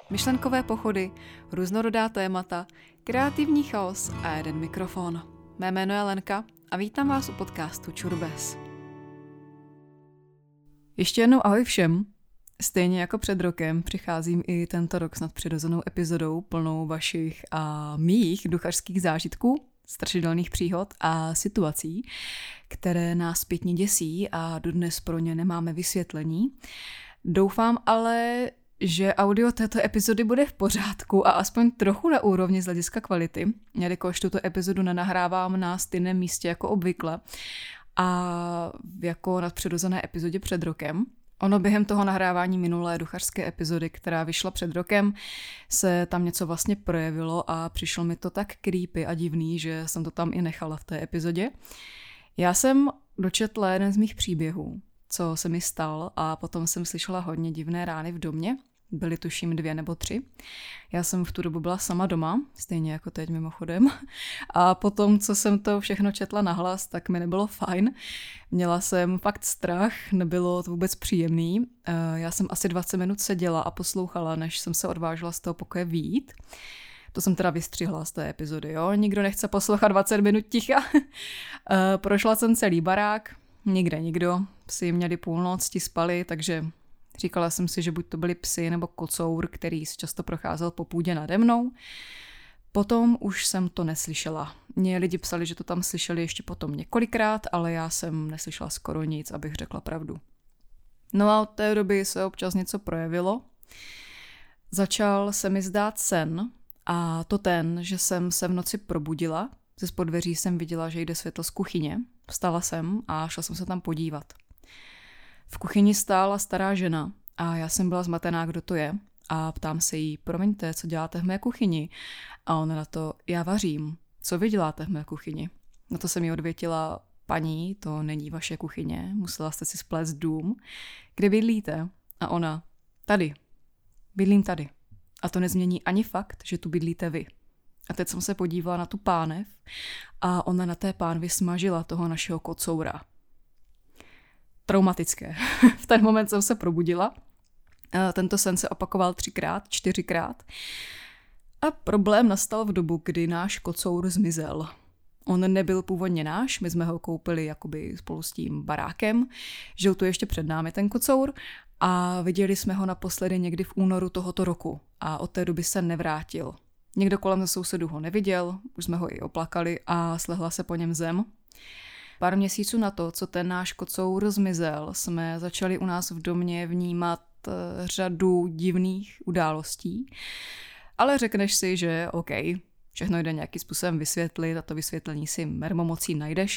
Myšlenkové pochody, různorodá témata, kreativní chaos a jeden mikrofon. Mé jméno je Lenka a vítám vás u podcastu Čurbes. Ještě jednou ahoj všem. Stejně jako před rokem přicházím i tento rok s nadpřirozenou epizodou plnou vašich a mých duchařských zážitků, strašidelných příhod a situací, které nás zpětně děsí a dodnes pro ně nemáme vysvětlení. Doufám ale, že audio této epizody bude v pořádku a aspoň trochu na úrovni z hlediska kvality, jelikož tuto epizodu nenahrávám na stejném místě jako obvykle a jako nadpřirozené epizodě před rokem. Ono během toho nahrávání minulé duchařské epizody, která vyšla před rokem, se tam něco vlastně projevilo a přišlo mi to tak creepy a divný, že jsem to tam i nechala v té epizodě. Já jsem dočetla jeden z mých příběhů, co se mi stal, a potom jsem slyšela hodně divné rány v domě. Byly tuším 2 nebo 3. Já jsem v tu dobu byla sama doma, stejně jako teď mimochodem. A potom, co jsem to všechno četla nahlas, tak mi nebylo fajn. Měla jsem fakt strach, nebylo to vůbec příjemný. Já jsem asi 20 minut seděla a poslouchala, než jsem se odvážila z toho pokoje vyjít. To jsem teda vystřihla z té epizody, jo. Nikdo nechce poslouchat 20 minut ticha. Prošla jsem celý barák, nikde nikdo. Psi měli půlnoc, ti spali, takže říkala jsem si, že buď to byli psi nebo kocour, který si často procházel po půdě nade mnou. Potom už jsem to neslyšela. Mně lidi psali, že to tam slyšeli ještě potom několikrát, ale já jsem neslyšela skoro nic, abych řekla pravdu. No a od té doby se občas něco projevilo. Začal se mi zdát sen, a to ten, že jsem se v noci probudila. Ze spod dveří jsem viděla, že jde světlo z kuchyně. Vstala jsem a šla jsem se tam podívat. V kuchyni stála stará žena a já jsem byla zmatená, kdo to je, a ptám se jí: promiňte, co děláte v mé kuchyni? A ona na to: já vařím. Co vy děláte v mé kuchyni? Na to jsem jí odvětila: paní, to není vaše kuchyně, musela jste si splést dům. Kde bydlíte? A ona: tady. Bydlím tady. A to nezmění ani fakt, že tu bydlíte vy. A teď jsem se podívala na tu pánev a ona na té pánvi smažila toho našeho kocoura. Traumatické. V ten moment jsem se probudila. Tento sen se opakoval 3krát, 4krát. A problém nastal v dobu, kdy náš kocour zmizel. On nebyl původně náš, my jsme ho koupili jakoby spolu s tím barákem. Žil tu ještě před námi ten kocour a viděli jsme ho naposledy někdy v únoru tohoto roku a od té doby se nevrátil. Někdo kolem ze sousedů ho neviděl, už jsme ho i oplakali a slehla se po něm zem. Pár měsíců na to, co ten náš kocour zmizel, jsme začali u nás v domě vnímat řadu divných událostí. Ale řekneš si, že OK, všechno jde nějakým způsobem vysvětlit a to vysvětlení si mermomocí najdeš.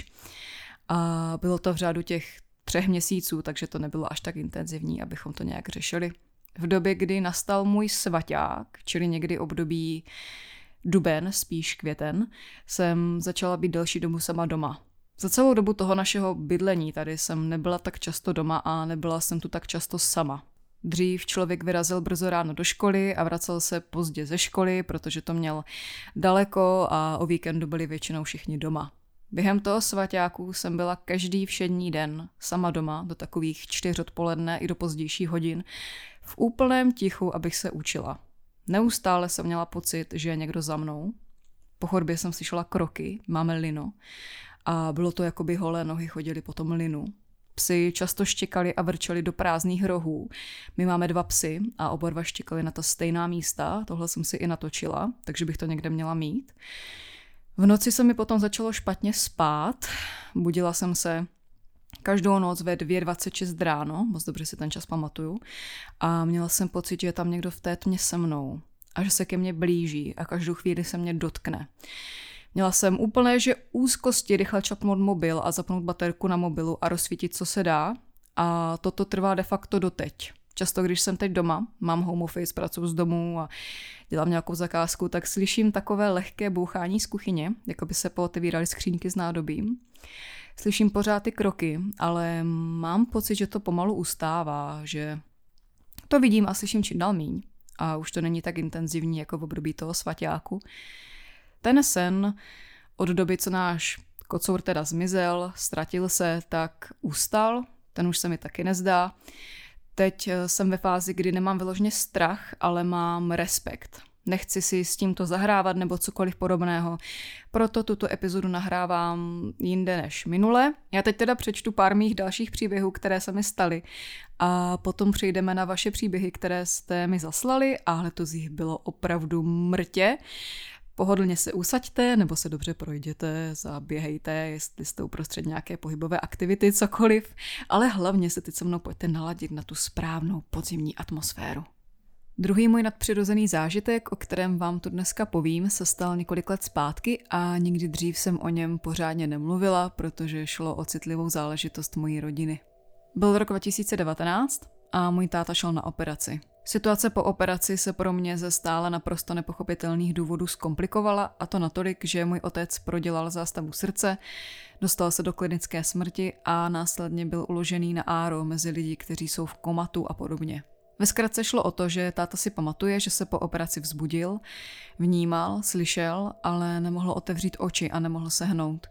A bylo to v řádu těch 3 měsíců, takže to nebylo až tak intenzivní, abychom to nějak řešili. V době, kdy nastal můj svaťák, čili někdy období duben, spíš květen, jsem začala být delší dobu sama doma. Za celou dobu toho našeho bydlení tady jsem nebyla tak často doma a nebyla jsem tu tak často sama. Dřív člověk vyrazil brzo ráno do školy a vracel se pozdě ze školy, protože to měl daleko a o víkendu byli většinou všichni doma. Během toho svaťáku jsem byla každý všední den sama doma do takových 4 odpoledne i do pozdějších hodin v úplném tichu, abych se učila. Neustále jsem měla pocit, že je někdo za mnou. Po chodbě jsem slyšela kroky, máme lino, a bylo to, jako by holé nohy chodily po tom linu. Psi často štěkali a vrčeli do prázdných rohů. My máme 2 psy a oba 2 štěkali na ta stejná místa, tohle jsem si i natočila, takže bych to někde měla mít. V noci se mi potom začalo špatně spát, budila jsem se každou noc ve 2:26 ráno, moc dobře si ten čas pamatuju, a měla jsem pocit, že je tam někdo v té tmě se mnou a že se ke mně blíží a každou chvíli se mě dotkne. Měla jsem úplné, že úzkosti rychle čapnout mobil a zapnout baterku na mobilu a rozsvítit, co se dá, a toto trvá de facto doteď. Často, když jsem teď doma, mám home office, pracuji z domu a dělám nějakou zakázku, tak slyším takové lehké bouchání z kuchyně, jako by se pootevíraly skříňky s nádobím. Slyším pořád ty kroky, ale mám pocit, že to pomalu ustává, že to vidím a slyším čím dál míň. A už to není tak intenzivní jako v období toho svaťáku. Ten sen od doby, co náš kocour teda zmizel, ztratil se, tak ustal, ten už se mi taky nezdá. Teď jsem ve fázi, kdy nemám vyloženě strach, ale mám respekt. Nechci si s tímto zahrávat nebo cokoliv podobného. Proto tuto epizodu nahrávám jinde než minule. Já teď teda přečtu pár mých dalších příběhů, které se mi staly. A potom přejdeme na vaše příběhy, které jste mi zaslali a letos jich bylo opravdu mrtě. Pohodlně se usaďte, nebo se dobře projděte, zaběhejte, jestli jste uprostřed nějaké pohybové aktivity, cokoliv. Ale hlavně se teď se mnou pojďte naladit na tu správnou podzimní atmosféru. Druhý můj nadpřirozený zážitek, o kterém vám tu dneska povím, se stal několik let zpátky a nikdy dřív jsem o něm pořádně nemluvila, protože šlo o citlivou záležitost mojí rodiny. Byl rok 2019 a můj táta šel na operaci. Situace po operaci se pro mě ze stále naprosto nepochopitelných důvodů zkomplikovala, a to natolik, že můj otec prodělal zástavu srdce, dostal se do klinické smrti a následně byl uložený na áro mezi lidi, kteří jsou v komatu a podobně. Ve zkratce šlo o to, že táta si pamatuje, že se po operaci vzbudil, vnímal, slyšel, ale nemohl otevřít oči a nemohl se hnout.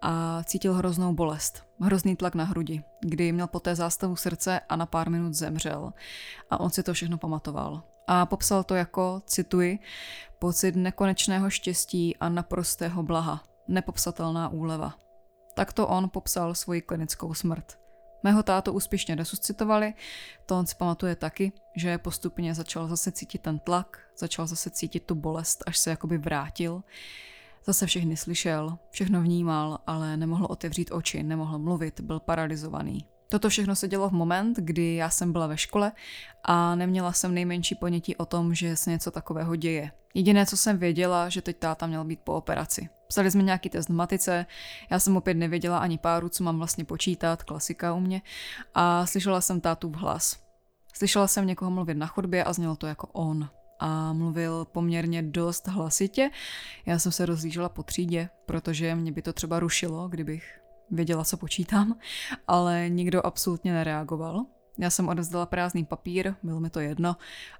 A cítil hroznou bolest, hrozný tlak na hrudi, kdy měl poté zástavu srdce a na pár minut zemřel. A on si to všechno pamatoval. A popsal to jako, cituji, pocit nekonečného štěstí a naprostého blaha, nepopsatelná úleva. Takto on popsal svoji klinickou smrt. Mého tátu úspěšně resuscitovali, to on si pamatuje taky, že postupně začal zase cítit ten tlak, začal zase cítit tu bolest, až se jakoby vrátil. Zase všechny slyšel, všechno vnímal, ale nemohl otevřít oči, nemohl mluvit, byl paralyzovaný. Toto všechno se dělo v moment, kdy já jsem byla ve škole a neměla jsem nejmenší ponětí o tom, že se něco takového děje. Jediné, co jsem věděla, že teď táta měl být po operaci. Psali jsme nějaký test v matice, já jsem opět nevěděla ani páru, co mám vlastně počítat, klasika u mě, a slyšela jsem tátu v hlas. Slyšela jsem někoho mluvit na chodbě a znělo to jako on. A mluvil poměrně dost hlasitě. Já jsem se rozlížela po třídě, protože mě by to třeba rušilo, kdybych věděla, co počítám, ale nikdo absolutně nereagoval. Já jsem odevzdala prázdný papír, bylo mi to jedno,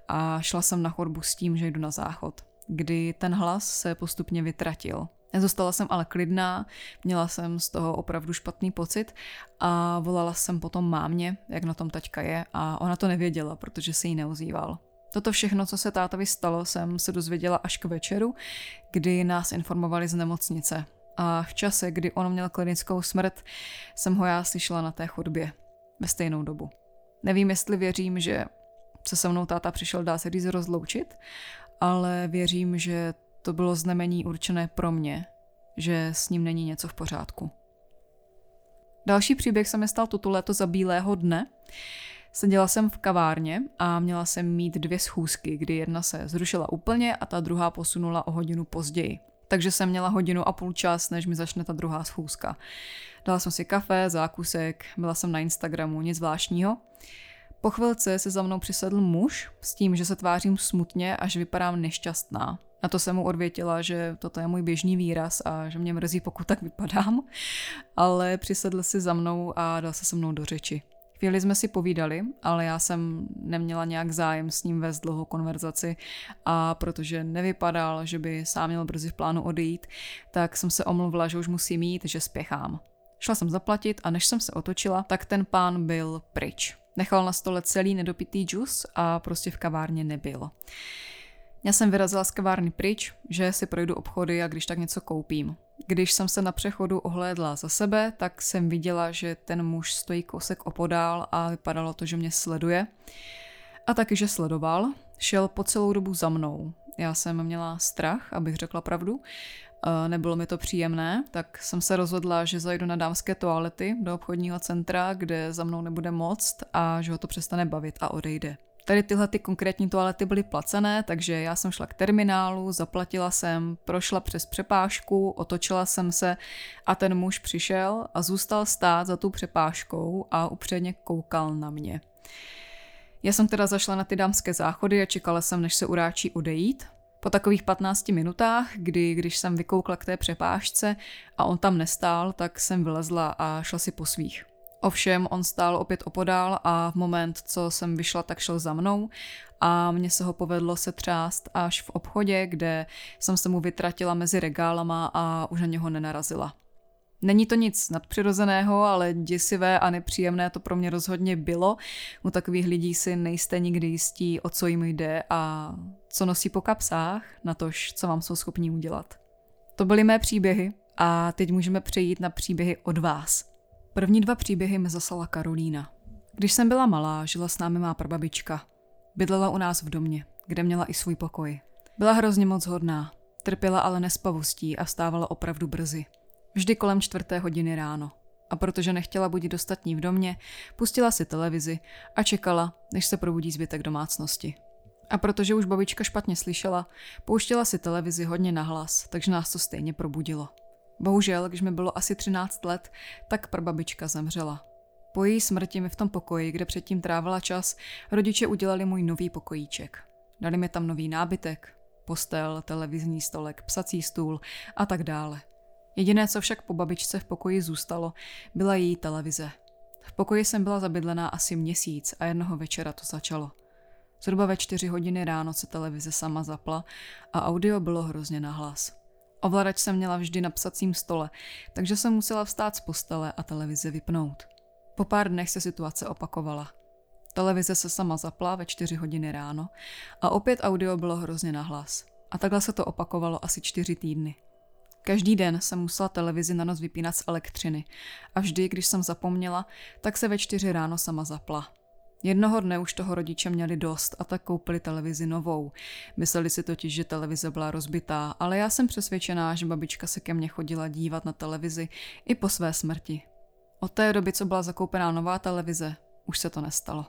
a šla jsem na chodbu s tím, že jdu na záchod, kdy ten hlas se postupně vytratil. Zůstala jsem ale klidná, měla jsem z toho opravdu špatný pocit a volala jsem potom mámě, jak na tom taťka je, a ona to nevěděla, protože se jí neozýval. Toto všechno, co se tátovi stalo, jsem se dozvěděla až k večeru, kdy nás informovali z nemocnice. A v čase, kdy on měl klinickou smrt, jsem ho já slyšela na té chodbě ve stejnou dobu. Nevím, jestli věřím, že se se mnou táta přišel, dá se říct, rozloučit, ale věřím, že to bylo znamení určené pro mě, že s ním není něco v pořádku. Další příběh se mi stal toto léto za bílého dne. Seděla jsem v kavárně a měla jsem mít 2 schůzky, kdy jedna se zrušila úplně a ta druhá posunula o hodinu později. Takže jsem měla 1,5 hodiny čas, než mi začne ta druhá schůzka. Dala jsem si kafe, zákusek, byla jsem na Instagramu, nic zvláštního. Po chvilce se za mnou přisedl muž s tím, že se tvářím smutně a že vypadám nešťastná. Na to jsem mu odvětila, že toto je můj běžný výraz a že mě mrzí, pokud tak vypadám. Ale přisedl si za mnou a dal se se mnou do řeči. Chvíli jsme si povídali, ale já jsem neměla nějak zájem s ním vést dlouhou konverzaci a protože nevypadal, že by sám měl brzy v plánu odejít, tak jsem se omluvila, že už musím jít, že spěchám. Šla jsem zaplatit a než jsem se otočila, tak ten pán byl pryč. Nechal na stole celý nedopitý džus a prostě v kavárně nebyl. Já jsem vyrazila z kavárny pryč, že si projdu obchody a když tak něco koupím. Když jsem se na přechodu ohlédla za sebe, tak jsem viděla, že ten muž stojí kousek opodál a vypadalo to, že mě sleduje. A taky, že sledoval. Šel po celou dobu za mnou. Já jsem měla strach, abych řekla pravdu. Nebylo mi to příjemné, tak jsem se rozhodla, že zajdu na dámské toalety do obchodního centra, kde za mnou nebude moct a že ho to přestane bavit a odejde. Tady tyhle ty konkrétní toalety byly placené, takže já jsem šla k terminálu, zaplatila jsem, prošla přes přepážku, otočila jsem se a ten muž přišel a zůstal stát za tu přepážkou a upředně koukal na mě. Já jsem teda zašla na ty dámské záchody a čekala jsem, než se uráčí odejít. Po takových 15 minutách, když jsem vykoukla k té přepážce a on tam nestál, tak jsem vylezla a šla si po svých. Ovšem on stál opět opodál a v moment, co jsem vyšla, tak šel za mnou a mně se ho povedlo setřást až v obchodě, kde jsem se mu vytratila mezi regálama a už na něho nenarazila. Není to nic nadpřirozeného, ale děsivé a nepříjemné to pro mě rozhodně bylo. U takových lidí si nejste nikdy jistí, o co jim jde a co nosí po kapsách, natož co vám jsou schopní udělat. To byly mé příběhy a teď můžeme přejít na příběhy od vás. První 2 příběhy mi zaslala Karolína. Když jsem byla malá, žila s námi má prababička. Bydlela u nás v domě, kde měla i svůj pokoj. Byla hrozně moc hodná, trpěla ale nespavostí a vstávala opravdu brzy. Vždy kolem 4:00 ráno. A protože nechtěla budit ostatní v domě, pustila si televizi a čekala, než se probudí zbytek domácnosti. A protože už babička špatně slyšela, pouštěla si televizi hodně nahlas, takže nás to stejně probudilo. Bohužel, když mi bylo asi 13 let, tak prababička zemřela. Po její smrti mi v tom pokoji, kde předtím trávila čas, rodiče udělali můj nový pokojíček. Dali mi tam nový nábytek, postel, televizní stolek, psací stůl a tak dále. Jediné, co však po babičce v pokoji zůstalo, byla její televize. V pokoji jsem byla zabydlená asi měsíc a jednoho večera to začalo. Zhruba ve 4:00 ráno se televize sama zapla a audio bylo hrozně nahlas. Ovladač jsem měla vždy na psacím stole, takže jsem musela vstát z postele a televizi vypnout. Po pár dnech se situace opakovala. Televize se sama zapla ve 4:00 ráno a opět audio bylo hrozně nahlas. A takhle se to opakovalo asi 4 týdny. Každý den jsem musela televizi na noc vypínat z elektřiny a vždy, když jsem zapomněla, tak se ve 4 ráno sama zapla. Jednoho dne už toho rodiče měli dost a tak koupili televizi novou. Mysleli si totiž, že televize byla rozbitá, ale já jsem přesvědčená, že babička se ke mně chodila dívat na televizi i po své smrti. Od té doby, co byla zakoupená nová televize, už se to nestalo.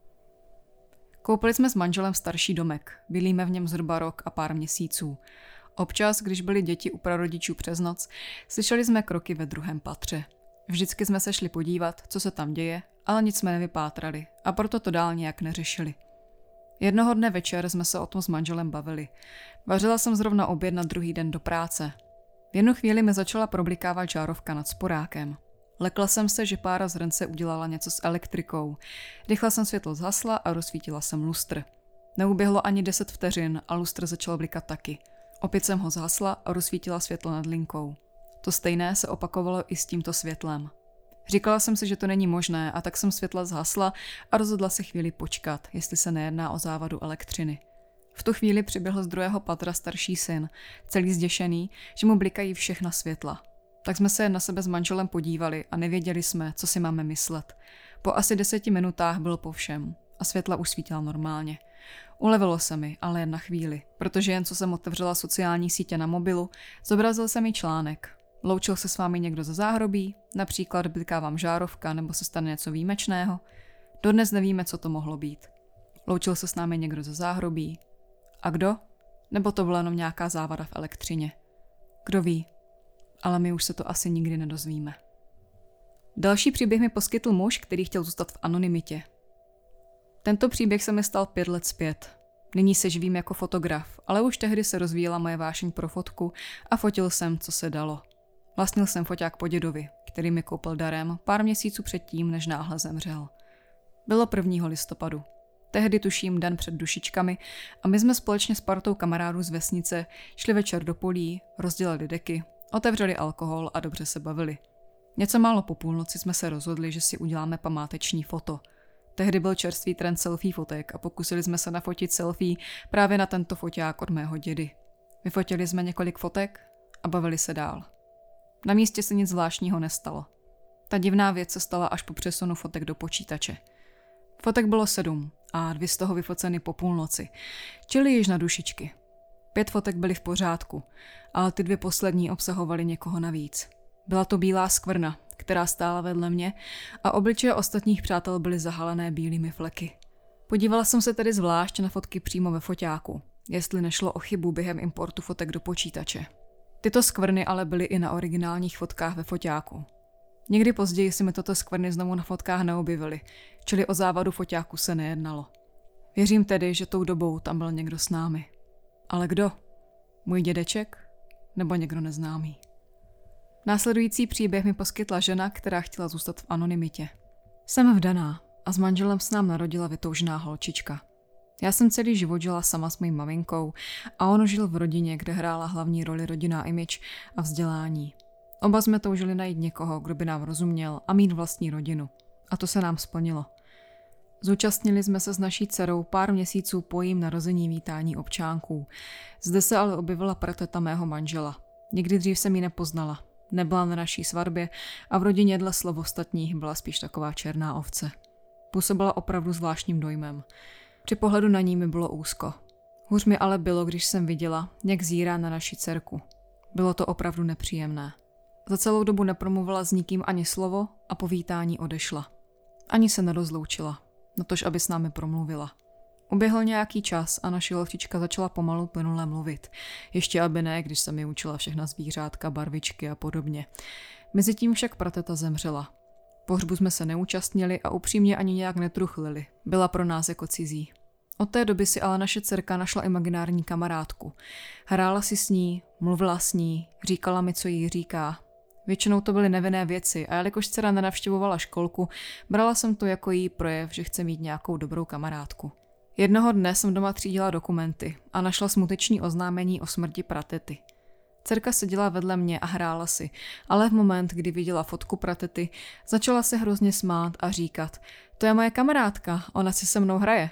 Koupili jsme s manželem starší domek, bydlíme v něm zhruba rok a pár měsíců. Občas, když byly děti u prarodičů přes noc, slyšeli jsme kroky ve 2. patře. Vždycky jsme se šli podívat, co se tam děje, ale nic jsme nevypátrali a proto to dál nějak neřešili. Jednoho dne večer jsme se o tom s manželem bavili. Vařila jsem zrovna oběd na druhý den do práce. V jednu chvíli mi začala problikávat žárovka nad sporákem. Lekla jsem se, že Pára z Rence udělala něco s elektrikou. Rychle jsem světlo zhasla a rozsvítila jsem lustr. Neuběhlo ani 10 vteřin a lustr začal blikat taky. Opět jsem ho zhasla a rozsvítila světlo nad linkou. To stejné se opakovalo i s tímto světlem. Říkala jsem si, že to není možné, a tak jsem světla zhasla a rozhodla se chvíli počkat, jestli se nejedná o závadu elektřiny. V tu chvíli přiběhl z 2. patra starší syn, celý zděšený, že mu blikají všechna světla. Tak jsme se na sebe s manželem podívali a nevěděli jsme, co si máme myslet. Po asi 10 minutách bylo po všem a světla už svítila normálně. Ulevilo se mi, ale jen na chvíli, protože jen co jsem otevřela sociální sítě na mobilu, zobrazil se mi článek. Loučil se s vámi někdo ze záhrobí, například bliká vám žárovka nebo se stane něco výjimečného. Dodnes nevíme, co to mohlo být. Loučil se s námi někdo ze záhrobí. A kdo? Nebo to byla jenom nějaká závada v elektřině? Kdo ví? Ale my už se to asi nikdy nedozvíme. Další příběh mi poskytl muž, který chtěl zůstat v anonymitě. Tento příběh se mi stal 5 let zpět. Nyní se živím jako fotograf, ale už tehdy se rozvíjela moje vášeň pro fotku a fotil jsem, co se dalo. Vlastnil jsem foťák po dědovi, který mi koupil darem pár měsíců předtím, než náhle zemřel. Bylo 1. listopadu. Tehdy tuším den před dušičkami a my jsme společně s partou kamarádů z vesnice šli večer do polí, rozdělali deky, otevřeli alkohol a dobře se bavili. Něco málo po půlnoci jsme se rozhodli, že si uděláme památeční foto. Tehdy byl čerstvý trend selfie fotek a pokusili jsme se nafotit selfie právě na tento foťák od mého dědy. Vyfotili jsme několik fotek a bavili se dál. Na místě se nic zvláštního nestalo. Ta divná věc se stala až po přesunu fotek do počítače. Fotek bylo 7 a 2 z toho vyfoceny po půlnoci, čili již na dušičky. 5 fotek byly v pořádku, ale ty 2 poslední obsahovaly někoho navíc. Byla to bílá skvrna, která stála vedle mě a obličeje ostatních přátel byly zahalené bílými fleky. Podívala jsem se tedy zvlášť na fotky přímo ve foťáku, jestli nešlo o chybu během importu fotek do počítače. Tyto skvrny ale byly i na originálních fotkách ve foťáku. Někdy později si mi toto skvrny znovu na fotkách neobjevily, čili o závadu foťáku se nejednalo. Věřím tedy, že tou dobou tam byl někdo s námi. Ale kdo? Můj dědeček? Nebo někdo neznámý? Následující příběh mi poskytla žena, která chtěla zůstat v anonymitě. Jsem vdaná a s manželem s nám narodila vytoužená holčička. Já jsem celý život žila sama s mojí maminkou a on žil v rodině, kde hrála hlavní roli rodinná image a vzdělání. Oba jsme toužili najít někoho, kdo by nám rozuměl a mít vlastní rodinu. A to se nám splnilo. Zúčastnili jsme se s naší dcerou pár měsíců po jejím narození vítání občánků. Zde se ale objevila prateta mého manžela. Nikdy dřív jsem ji nepoznala. Nebyla na naší svatbě a v rodině dle slov ostatních byla spíš taková černá ovce. Působila opravdu zvláštním dojmem. Při pohledu na ní mi bylo úzko. Hůř mi ale bylo, když jsem viděla, jak zírá na naši dcerku. Bylo to opravdu nepříjemné. Za celou dobu nepromluvila s nikým ani slovo a po vítání odešla. Ani se nerozloučila, natož aby s námi promluvila. Uběhl nějaký čas a naše holčička začala pomalu plynule mluvit. Ještě aby ne, když jsem mi učila všechna zvířátka, barvičky a podobně. Mezitím však prateta zemřela. Pohřbu jsme se neúčastnili a upřímně ani nějak netruchlili. Byla pro nás jako cizí. Od té doby si ale naše dcerka našla imaginární kamarádku. Hrála si s ní, mluvila s ní, říkala mi, co jí říká. Většinou to byly nevinné věci a jelikož dcera nenavštěvovala školku, brala jsem to jako její projev, že chce mít nějakou dobrou kamarádku. Jednoho dne jsem doma třídila dokumenty a našla smuteční oznámení o smrti pratety. Dcerka seděla vedle mě a hrála si, ale v moment, kdy viděla fotku pratety, začala se hrozně smát a říkat: to je moje kamarádka, ona si se mnou hraje.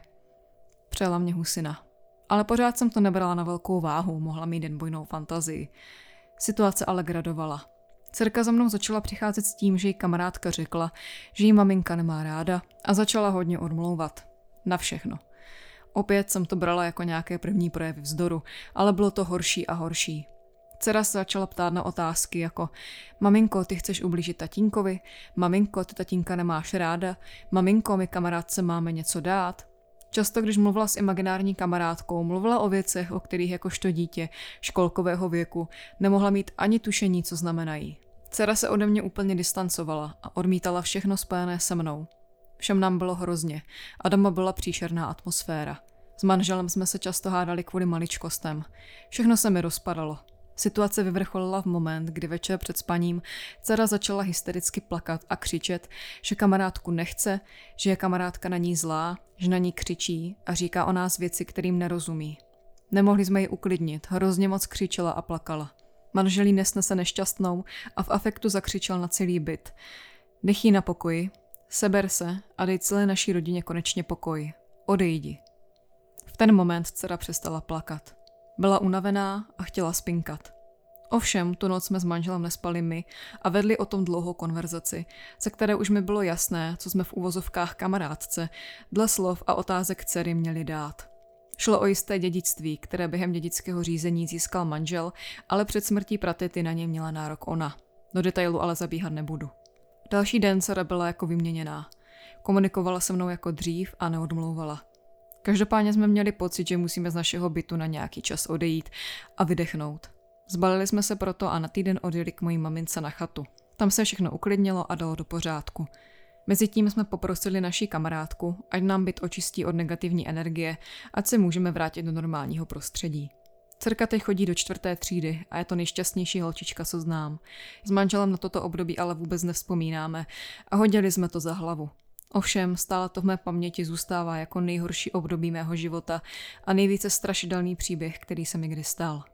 Přela mě husina. Ale pořád jsem to nebrala na velkou váhu, mohla mít jen bujnou fantazii. Situace ale gradovala. Dcerka za mnou začala přicházet s tím, že jí kamarádka řekla, že jí maminka nemá ráda a začala hodně odmlouvat. Na všechno. Opět jsem to brala jako nějaké první projevy vzdoru, ale bylo to horší a horší. Dcera se začala ptát na otázky jako: maminko, ty chceš ublížit tatínkovi? Maminko, ty tatínka nemáš ráda? Maminko, my kamarádce máme něco dát? Často, když mluvila s imaginární kamarádkou, mluvila o věcech, o kterých jakožto dítě školkového věku nemohla mít ani tušení, co znamenají. Dcera se ode mě úplně distancovala a odmítala všechno spojené se mnou. Všem nám bylo hrozně a doma byla příšerná atmosféra. S manželem jsme se často hádali kvůli maličkostem. Všechno se mi rozpadalo. Situace vyvrcholila v moment, kdy večer před spaním dcera začala hystericky plakat a křičet, že kamarádku nechce, že je kamarádka na ní zlá, že na ní křičí a říká o nás věci, kterým nerozumí. Nemohli jsme ji uklidnit, hrozně moc křičela a plakala. Manžel jí nesnese nešťastnou a v afektu zakřičel na celý byt: nech jí na pokoji, seber se a dej celé naší rodině konečně pokoj. Odejdi. V ten moment dcera přestala plakat. Byla unavená a chtěla spinkat. Ovšem, tu noc jsme s manželem nespali my a vedli o tom dlouhou konverzaci, ze které už mi bylo jasné, co jsme v uvozovkách kamarádce, dle slov a otázek dcery měli dát. Šlo o jisté dědictví, které během dědického řízení získal manžel, ale před smrtí pratety na ně měla nárok ona. Do detailu ale zabíhat nebudu. Další den dcera byla jako vyměněná. Komunikovala se mnou jako dřív a neodmlouvala. Každopádně jsme měli pocit, že musíme z našeho bytu na nějaký čas odejít a vydechnout. Zbalili jsme se proto a na týden odjeli k mojí mamince na chatu. Tam se všechno uklidnilo a dalo do pořádku. Mezitím jsme poprosili naši kamarádku, ať nám byt očistí od negativní energie, ať se můžeme vrátit do normálního prostředí. Dcerka teď chodí do 4. třídy a je to nejšťastnější holčička, co znám. S manželem na toto období ale vůbec nevzpomínáme a hodili jsme to za hlavu. Ovšem, stále to v mé paměti zůstává jako nejhorší období mého života a nejvíce strašidelný příběh, který se mi kdy stal.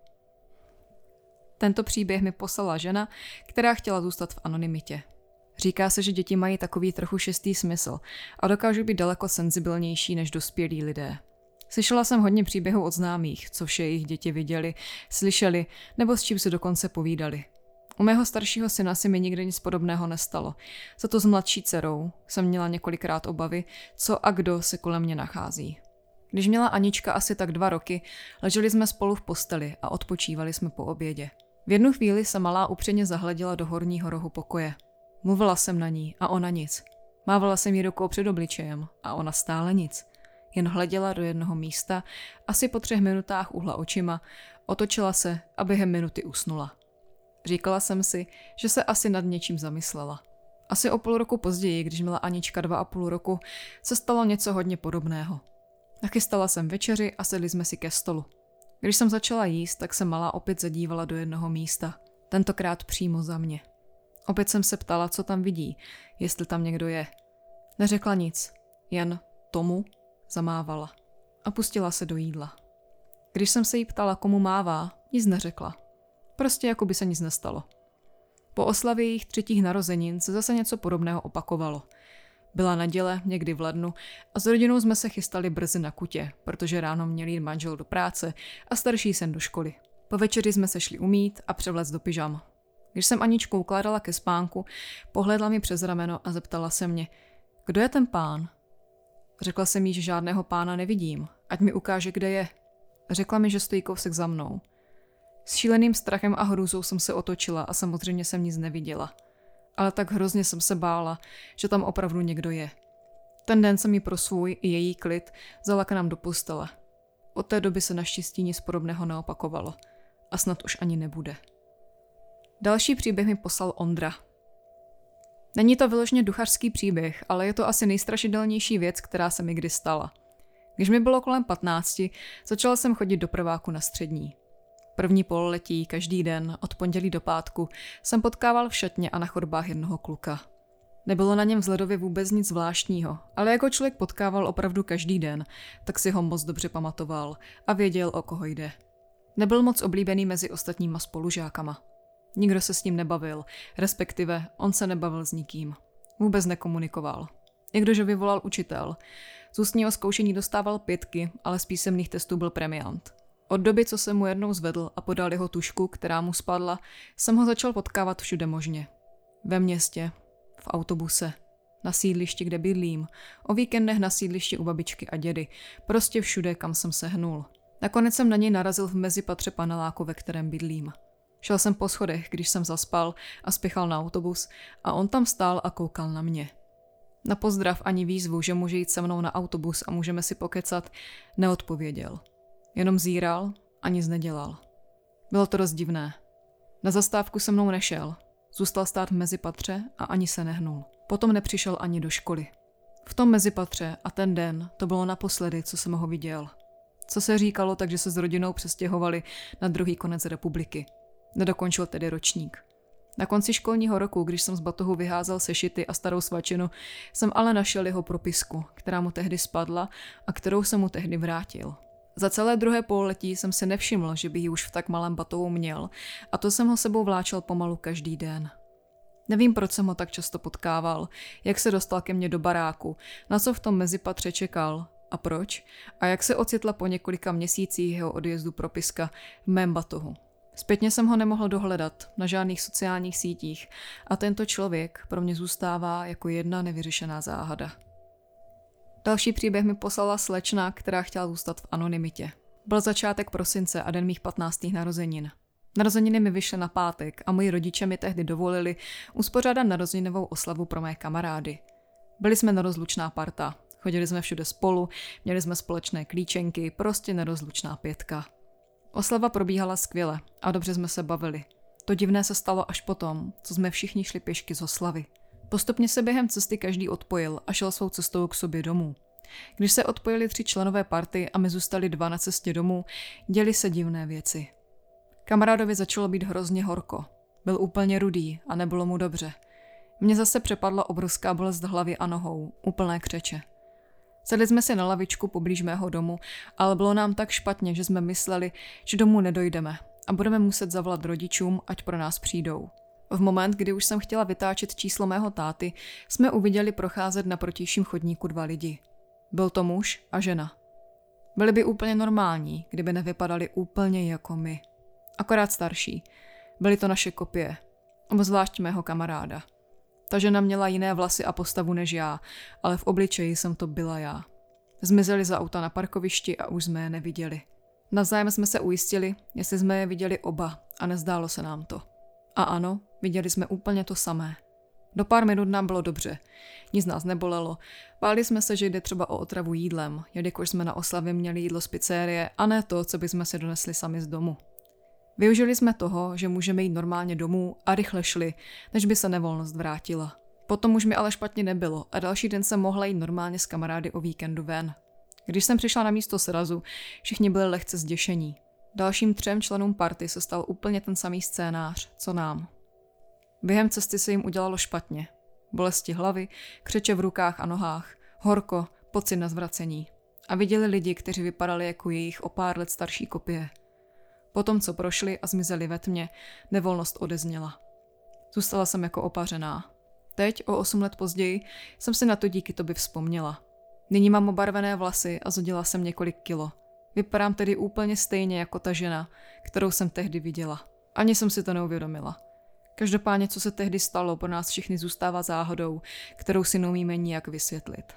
Tento příběh mi poslala žena, která chtěla zůstat v anonymitě. Říká se, že děti mají takový trochu šestý smysl a dokážou být daleko senzibilnější než dospělí lidé. Slyšela jsem hodně příběhů od známých, co vše jejich děti viděli, slyšeli nebo s čím se dokonce povídali. U mého staršího syna se mi nikdy nic podobného nestalo. Za to s mladší dcerou jsem měla několikrát obavy, co a kdo se kolem mě nachází. Když měla Anička asi tak 2 roky, leželi jsme spolu v posteli a odpočívali jsme po obědě. V jednu chvíli se malá upřeně zahleděla do horního rohu pokoje. Mluvila jsem na ní a ona nic. Mávala jsem jí rukou před obličejem a ona stále nic. Jen hleděla do jednoho místa, asi po 3 minutách uhla očima, otočila se a během minuty usnula. Říkala jsem si, že se asi nad něčím zamyslela. Asi o půl roku později, když měla Anička 2,5 roku, se stalo něco hodně podobného. Nachystala jsem večeři a sedli jsme si ke stolu. Když jsem začala jíst, tak se malá opět zadívala do jednoho místa, tentokrát přímo za mě. Opět jsem se ptala, co tam vidí, jestli tam někdo je. Neřekla nic, jen tomu zamávala a pustila se do jídla. Když jsem se jí ptala, komu mává, nic neřekla. Prostě jako by se nic nestalo. Po oslavě jejich 3. narozenin se zase něco podobného opakovalo. Byla neděle, někdy v lednu, a s rodinou jsme se chystali brzy na kutě, protože ráno měl jít manžel do práce a starší syn do školy. Po večeři jsme se šli umýt a převléct do pyžam. Když jsem Aničku ukládala ke spánku, pohlédla mi přes rameno a zeptala se mě, kdo je ten pán? Řekla jsem jí, že žádného pána nevidím, ať mi ukáže, kde je. Řekla mi, že stojí kousek za mnou. S šíleným strachem a hrůzou jsem se otočila a samozřejmě jsem nic neviděla. Ale tak hrozně jsem se bála, že tam opravdu někdo je. Ten den jsem ji pro svůj i její klid vzala k nám do postele. Od té doby se naštěstí nic podobného neopakovalo. A snad už ani nebude. Další příběh mi poslal Ondra. Není to vyloženě duchařský příběh, ale je to asi nejstrašidelnější věc, která se mi kdy stala. Když mi bylo kolem 15, začala jsem chodit do prváku na střední. První pololetí, každý den, od pondělí do pátku, jsem potkával v šatně a na chodbách jednoho kluka. Nebylo na něm vzhledově vůbec nic zvláštního, ale jako člověk potkával opravdu každý den, tak si ho moc dobře pamatoval a věděl, o koho jde. Nebyl moc oblíbený mezi ostatníma spolužákama. Nikdo se s ním nebavil, respektive on se nebavil s nikým. Vůbec nekomunikoval. I když ho vyvolal učitel. Z ústního zkoušení dostával 5, ale z písemných testů byl premiant. Od doby, co jsem mu jednou zvedl a podal jeho tužku, která mu spadla, jsem ho začal potkávat všude možně. Ve městě, v autobuse, na sídlišti, kde bydlím, o víkendech na sídlišti u babičky a dědy, prostě všude, kam jsem se hnul. Nakonec jsem na něj narazil v mezipatře paneláku, ve kterém bydlím. Šel jsem po schodech, když jsem zaspal a spěchal na autobus a on tam stál a koukal na mě. Na pozdrav ani výzvu, že může jít se mnou na autobus a můžeme si pokecat, neodpověděl. Jenom zíral a nic nedělal. Bylo to dost divné. Na zastávku se mnou nešel. Zůstal stát v mezipatře a ani se nehnul. Potom nepřišel ani do školy. V tom mezipatře a ten den to bylo naposledy, co jsem ho viděl. Co se říkalo, takže se s rodinou přestěhovali na druhý konec republiky. Nedokončil tedy ročník. Na konci školního roku, když jsem z batohu vyházel sešity a starou svačinu, jsem ale našel jeho propisku, která mu tehdy spadla a kterou jsem mu tehdy vrátil. Za celé druhé pololetí jsem si nevšiml, že by ji už v tak malém batohu měl a to jsem ho sebou vláčel pomalu každý den. Nevím, proč jsem ho tak často potkával, jak se dostal ke mně do baráku, na co v tom mezipatře čekal a proč a jak se ocitla po několika měsících jeho odjezdu propiska v mém batohu. Zpětně jsem ho nemohl dohledat na žádných sociálních sítích a tento člověk pro mě zůstává jako jedna nevyřešená záhada. Další příběh mi poslala slečna, která chtěla zůstat v anonymitě. Byl začátek prosince a den mých 15. narozenin. Narozeniny mi vyšly na pátek a moji rodiče mi tehdy dovolili uspořádat narozeninovou oslavu pro mé kamarády. Byli jsme nerozlučná parta, chodili jsme všude spolu, měli jsme společné klíčenky, prostě nerozlučná 5. Oslava probíhala skvěle a dobře jsme se bavili. To divné se stalo až potom, co jsme všichni šli pěšky z oslavy. Postupně se během cesty každý odpojil a šel svou cestou k sobě domů. Když se odpojili 3 členové party a my zůstali 2 na cestě domů, děly se divné věci. Kamarádovi začalo být hrozně horko. Byl úplně rudý a nebylo mu dobře. Mně zase přepadla obrovská bolest hlavy a nohou, úplné křeče. Sedli jsme si na lavičku poblíž mého domu, ale bylo nám tak špatně, že jsme mysleli, že domů nedojdeme a budeme muset zavolat rodičům, ať pro nás přijdou. V moment, kdy už jsem chtěla vytáčet číslo mého táty, jsme uviděli procházet na protějším chodníku 2 lidi. Byl to muž a žena. Byli by úplně normální, kdyby nevypadali úplně jako my. Akorát starší. Byly to naše kopie. Obzvlášť mého kamaráda. Ta žena měla jiné vlasy a postavu než já, ale v obličeji jsem to byla já. Zmizeli za auta na parkovišti a už jsme je neviděli. Navzájem jsme se ujistili, jestli jsme je viděli oba a nezdálo se nám to. A ano, viděli jsme úplně to samé. Do pár minut nám bylo dobře. Nic nás nebolelo. Báli jsme se, že jde třeba o otravu jídlem, jelikož jsme na oslavě měli jídlo z pizzerie a ne to, co bychom si donesli sami z domu. Využili jsme toho, že můžeme jít normálně domů a rychle šli, než by se nevolnost vrátila. Potom už mi ale špatně nebylo a další den jsem mohla jít normálně s kamarády o víkendu ven. Když jsem přišla na místo srazu, všichni byli lehce zděšení. Dalším 3 členům party se stal úplně ten samý scénář, co nám. Během cesty se jim udělalo špatně. Bolesti hlavy, křeče v rukách a nohách, horko, pocit na zvracení. A viděli lidi, kteří vypadali jako jejich o pár let starší kopie. Potom, co prošli a zmizeli ve tmě, nevolnost odezněla. Zůstala jsem jako opařená. Teď, o 8 let později, jsem si na to díky tobě vzpomněla. Nyní mám obarvené vlasy a zhodila jsem několik kilo. Vypadám tedy úplně stejně jako ta žena, kterou jsem tehdy viděla. Ani jsem si to neuvědomila. Každopádně, co se tehdy stalo, pro nás všichni zůstává záhadou, kterou si neumíme nijak vysvětlit.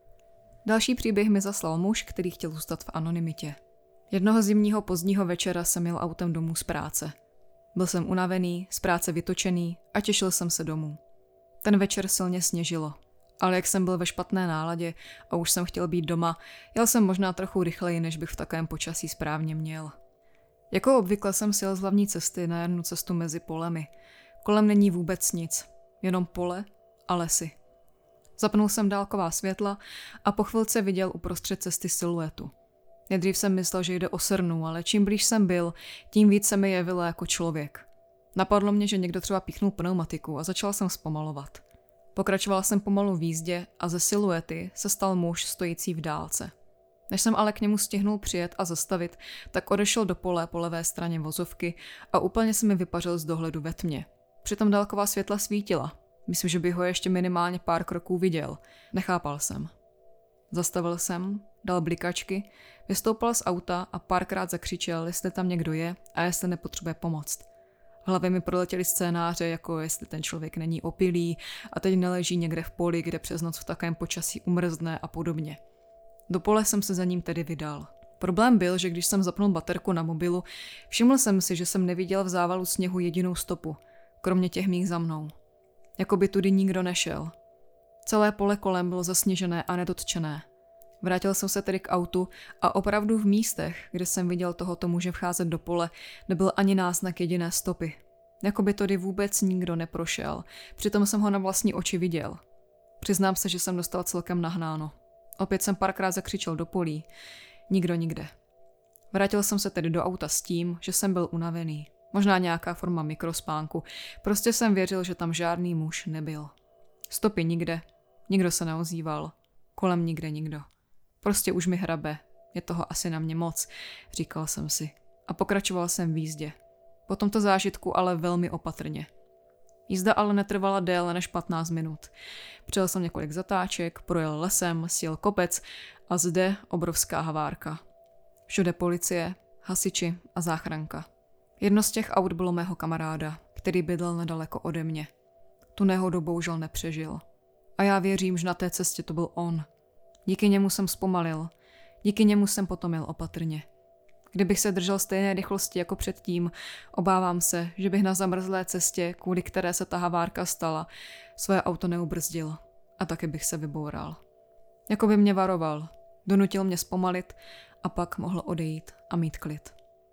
Další příběh mi zaslal muž, který chtěl zůstat v anonymitě. Jednoho zimního pozdního večera jsem jel autem domů z práce. Byl jsem unavený, z práce vytočený a těšil jsem se domů. Ten večer silně sněžilo, ale jak jsem byl ve špatné náladě a už jsem chtěl být doma, jel jsem možná trochu rychleji, než bych v takovém počasí správně měl. Jako obvykle jsem si jel z hlavní cesty na jednu cestu mezi polemi. Kolem není vůbec nic, jenom pole a lesy. Zapnul jsem dálková světla a po chvilce viděl uprostřed cesty siluetu. Nejdřív jsem myslel, že jde o srnu, ale čím blíž jsem byl, tím víc se mi jevilo jako člověk. Napadlo mě, že někdo třeba píchnul pneumatiku a začal jsem zpomalovat. Pokračoval jsem pomalu v jízdě a ze siluety se stal muž stojící v dálce. Než jsem ale k němu stihnul přijet a zastavit, tak odešel do pole po levé straně vozovky a úplně se mi vypařil z dohledu ve tmě. Přitom dálková světla svítila. Myslím, že bych ho ještě minimálně pár kroků viděl. Nechápal jsem. Zastavil jsem, dal blikačky, vystoupil z auta a párkrát zakřičel, jestli tam někdo je a jestli nepotřebuje pomoct. V hlavě mi proletěly scénáře, jako jestli ten člověk není opilý a teď neleží někde v poli, kde přes noc v takovém počasí umrzne a podobně. Do pole jsem se za ním tedy vydal. Problém byl, že když jsem zapnul baterku na mobilu, všiml jsem si, že jsem neviděl v závalu sněhu jedinou stopu, kromě těch mých za mnou. Jako by tudy nikdo nešel. Celé pole kolem bylo zasněžené a nedotčené. Vrátil jsem se tedy k autu a opravdu v místech, kde jsem viděl tohoto muže vcházet do pole, nebyl ani náznak jediné stopy. Jako by tudy vůbec nikdo neprošel, přitom jsem ho na vlastní oči viděl. Přiznám se, že jsem dostal celkem nahnáno. Opět jsem párkrát zakřičel do polí. Nikdo nikde. Vrátil jsem se tedy do auta s tím, že jsem byl unavený. Možná nějaká forma mikrospánku. Prostě jsem věřil, že tam žádný muž nebyl. Stopy nikde. Nikdo se neozýval. Kolem nikde nikdo. Prostě už mi hrabe. Je toho asi na mě moc, říkal jsem si. A pokračoval jsem v jízdě. Po tomto zážitku ale velmi opatrně. Jízda ale netrvala déle než 15 minut. Přijel jsem několik zatáček, projel lesem, sjel kopec a zde obrovská havárka. Všude policie, hasiči a záchranka. Jedno z těch aut bylo mého kamaráda, který bydlel nedaleko ode mě. Tu nehodu bohužel nepřežil. A já věřím, že na té cestě to byl on. Díky němu jsem zpomalil. Díky němu jsem potom jel opatrně. Kdybych se držel stejné rychlosti jako předtím, obávám se, že bych na zamrzlé cestě, kvůli které se ta havárka stala, své auto neubrzdil. A taky bych se vyboural. Jako by mě varoval. Donutil mě zpomalit a pak mohl odejít a mít klid.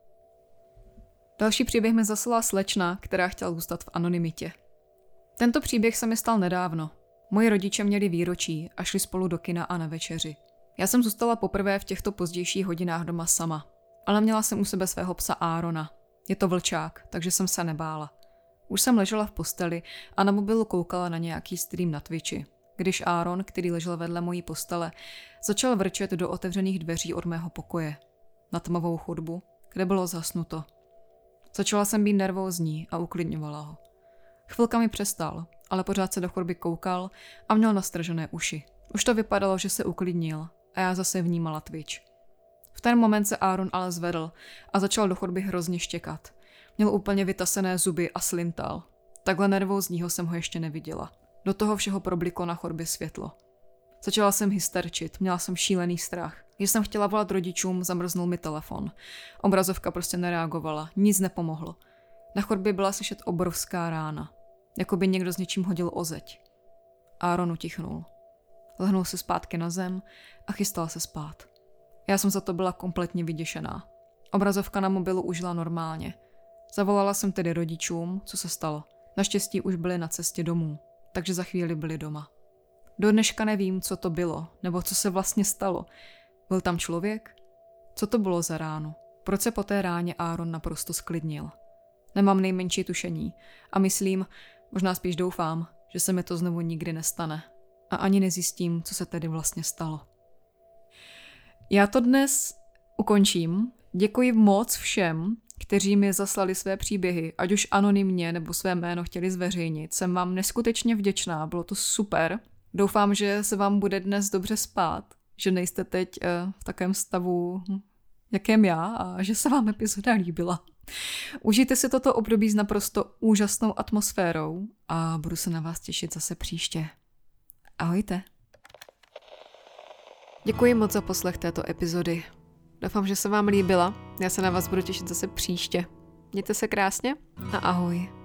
Další příběh mi zaslala slečna, která chtěla zůstat v anonymitě. Tento příběh se mi stal nedávno. Moji rodiče měli výročí a šli spolu do kina a na večeři. Já jsem zůstala poprvé v těchto pozdějších hodinách doma sama, ale měla jsem u sebe svého psa Aarona. Je to vlčák, takže jsem se nebála. Už jsem ležela v posteli a na mobilu koukala na nějaký stream na Twitchi, když Aaron, který ležel vedle mojí postele, začal vrčet do otevřených dveří od mého pokoje. Na tmavou chodbu, kde bylo zhasnuto. Začala jsem být nervózní a uklidňovala ho. Chvilka mi přestal, ale pořád se do chodby koukal a měl nastržené uši. Už to vypadalo, že se uklidnil a já zase vnímala Twitch. V ten moment se Aaron ale zvedl a začal do chodby hrozně štěkat. Měl úplně vytasené zuby a slintal. Takhle nervózního jsem ho ještě neviděla. Do toho všeho probliklo na chodbě světlo. Začala jsem hysterčit, měla jsem šílený strach. Když jsem chtěla volat rodičům, zamrznul mi telefon. Obrazovka prostě nereagovala, nic nepomohlo. Na chodbě byla slyšet obrovská rána. Jako by někdo s něčím hodil o zeď. Aaron utichnul. Lehnul se zpátky na zem a chystal se spát. Já jsem za to byla kompletně vyděšená. Obrazovka na mobilu užila normálně. Zavolala jsem tedy rodičům, co se stalo. Naštěstí už byli na cestě domů, takže za chvíli byli doma. Do dneška nevím, co to bylo, nebo co se vlastně stalo. Byl tam člověk? Co to bylo za ránu? Proč se po té ráně Aaron naprosto sklidnil? Nemám nejmenší tušení a myslím, možná spíš doufám, že se mi to znovu nikdy nestane. A ani nezjistím, co se tedy vlastně stalo. Já to dnes ukončím. Děkuji moc všem, kteří mi zaslali své příběhy, ať už anonymně nebo své jméno chtěli zveřejnit. Jsem vám neskutečně vděčná, bylo to super. Doufám, že se vám bude dnes dobře spát, že nejste teď v takovém stavu, jakém já, a že se vám epizoda líbila. Užijte si toto období s naprosto úžasnou atmosférou a budu se na vás těšit zase příště. Ahojte. Děkuji moc za poslech této epizody. Doufám, že se vám líbila. Já se na vás budu těšit zase příště. Mějte se krásně a ahoj.